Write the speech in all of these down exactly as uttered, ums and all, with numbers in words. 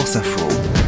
France Info.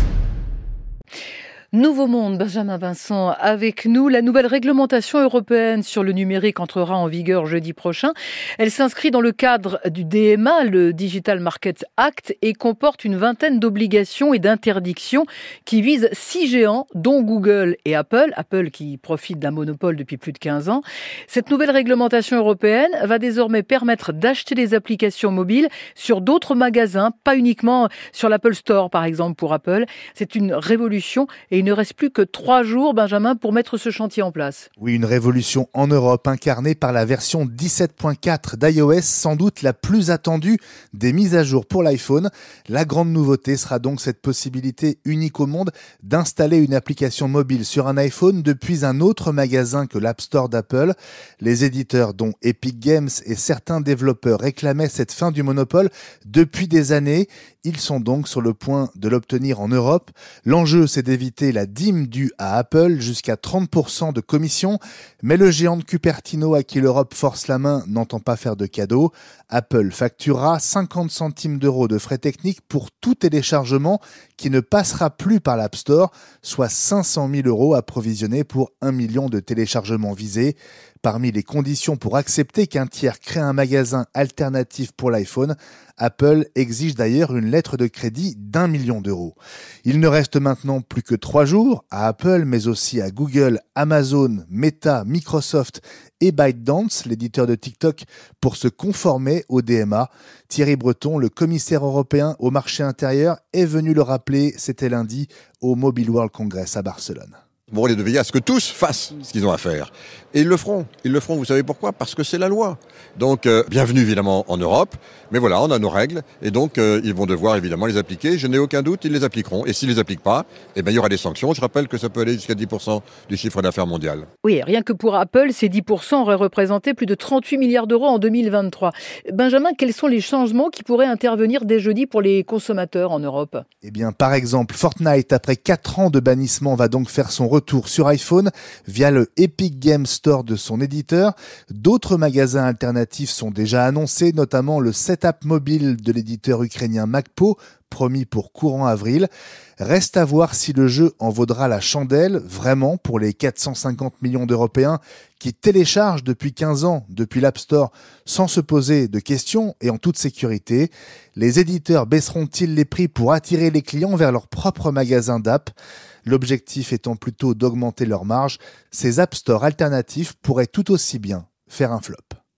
Nouveau Monde, Benjamin Vincent avec nous. La nouvelle réglementation européenne sur le numérique entrera en vigueur jeudi prochain. Elle s'inscrit dans le cadre du D M A, le Digital Markets Act, et comporte une vingtaine d'obligations et d'interdictions qui visent six géants, dont Google et Apple. Apple qui profite d'un monopole depuis plus de quinze ans. Cette nouvelle réglementation européenne va désormais permettre d'acheter des applications mobiles sur d'autres magasins, pas uniquement sur l'Apple Store par exemple pour Apple. C'est une révolution et une Il ne reste plus que trois jours, Benjamin, pour mettre ce chantier en place. Oui, une révolution en Europe incarnée par la version dix-sept point quatre d'iOS, sans doute la plus attendue des mises à jour pour l'iPhone. La grande nouveauté sera donc cette possibilité unique au monde d'installer une application mobile sur un iPhone depuis un autre magasin que l'App Store d'Apple. Les éditeurs, dont Epic Games et certains développeurs, réclamaient cette fin du monopole depuis des années. Ils sont donc sur le point de l'obtenir en Europe. L'enjeu, c'est d'éviter la dîme due à Apple, jusqu'à trente pour cent de commission. Mais le géant de Cupertino, à qui l'Europe force la main, n'entend pas faire de cadeaux. Apple facturera cinquante centimes d'euros de frais techniques pour tout téléchargement qui ne passera plus par l'App Store, soit cinq cent mille euros approvisionnés pour un million de téléchargements visés. Parmi les conditions pour accepter qu'un tiers crée un magasin alternatif pour l'iPhone, Apple exige d'ailleurs une lettre de crédit d'un million d'euros. Il ne reste maintenant plus que trois jours à Apple, mais aussi à Google, Amazon, Meta, Microsoft et ByteDance, l'éditeur de TikTok, pour se conformer au D M A. Thierry Breton, le commissaire européen au marché intérieur, est venu le rappeler, c'était lundi, au Mobile World Congress à Barcelone. Bon, les deux veiller à ce que tous fassent ce qu'ils ont à faire. Et ils le feront. Ils le feront, vous savez pourquoi ? Parce que c'est la loi. Donc, euh, bienvenue évidemment en Europe. Mais voilà, on a nos règles. Et donc, euh, ils vont devoir évidemment les appliquer. Je n'ai aucun doute, ils les appliqueront. Et s'ils ne les appliquent pas, eh ben, il y aura des sanctions. Je rappelle que ça peut aller jusqu'à dix pour cent du chiffre d'affaires mondial. Oui, rien que pour Apple, ces dix pour cent auraient représenté plus de trente-huit milliards d'euros en deux mille vingt-trois. Benjamin, quels sont les changements qui pourraient intervenir dès jeudi pour les consommateurs en Europe ? Eh bien, par exemple, Fortnite, après quatre ans de bannissement, va donc faire son retour sur iPhone via le Epic Games Store de son éditeur. D'autres magasins alternatifs sont déjà annoncés, notamment le setup mobile de l'éditeur ukrainien Magpo, promis pour courant avril. Reste à voir si le jeu en vaudra la chandelle, vraiment, pour les quatre cent cinquante millions d'Européens qui téléchargent depuis quinze ans, depuis l'App Store, sans se poser de questions et en toute sécurité. Les éditeurs baisseront-ils les prix pour attirer les clients vers leur propre magasin d'app ? L'objectif étant plutôt d'augmenter leur marge, ces App Store alternatifs pourraient tout aussi bien faire un flop.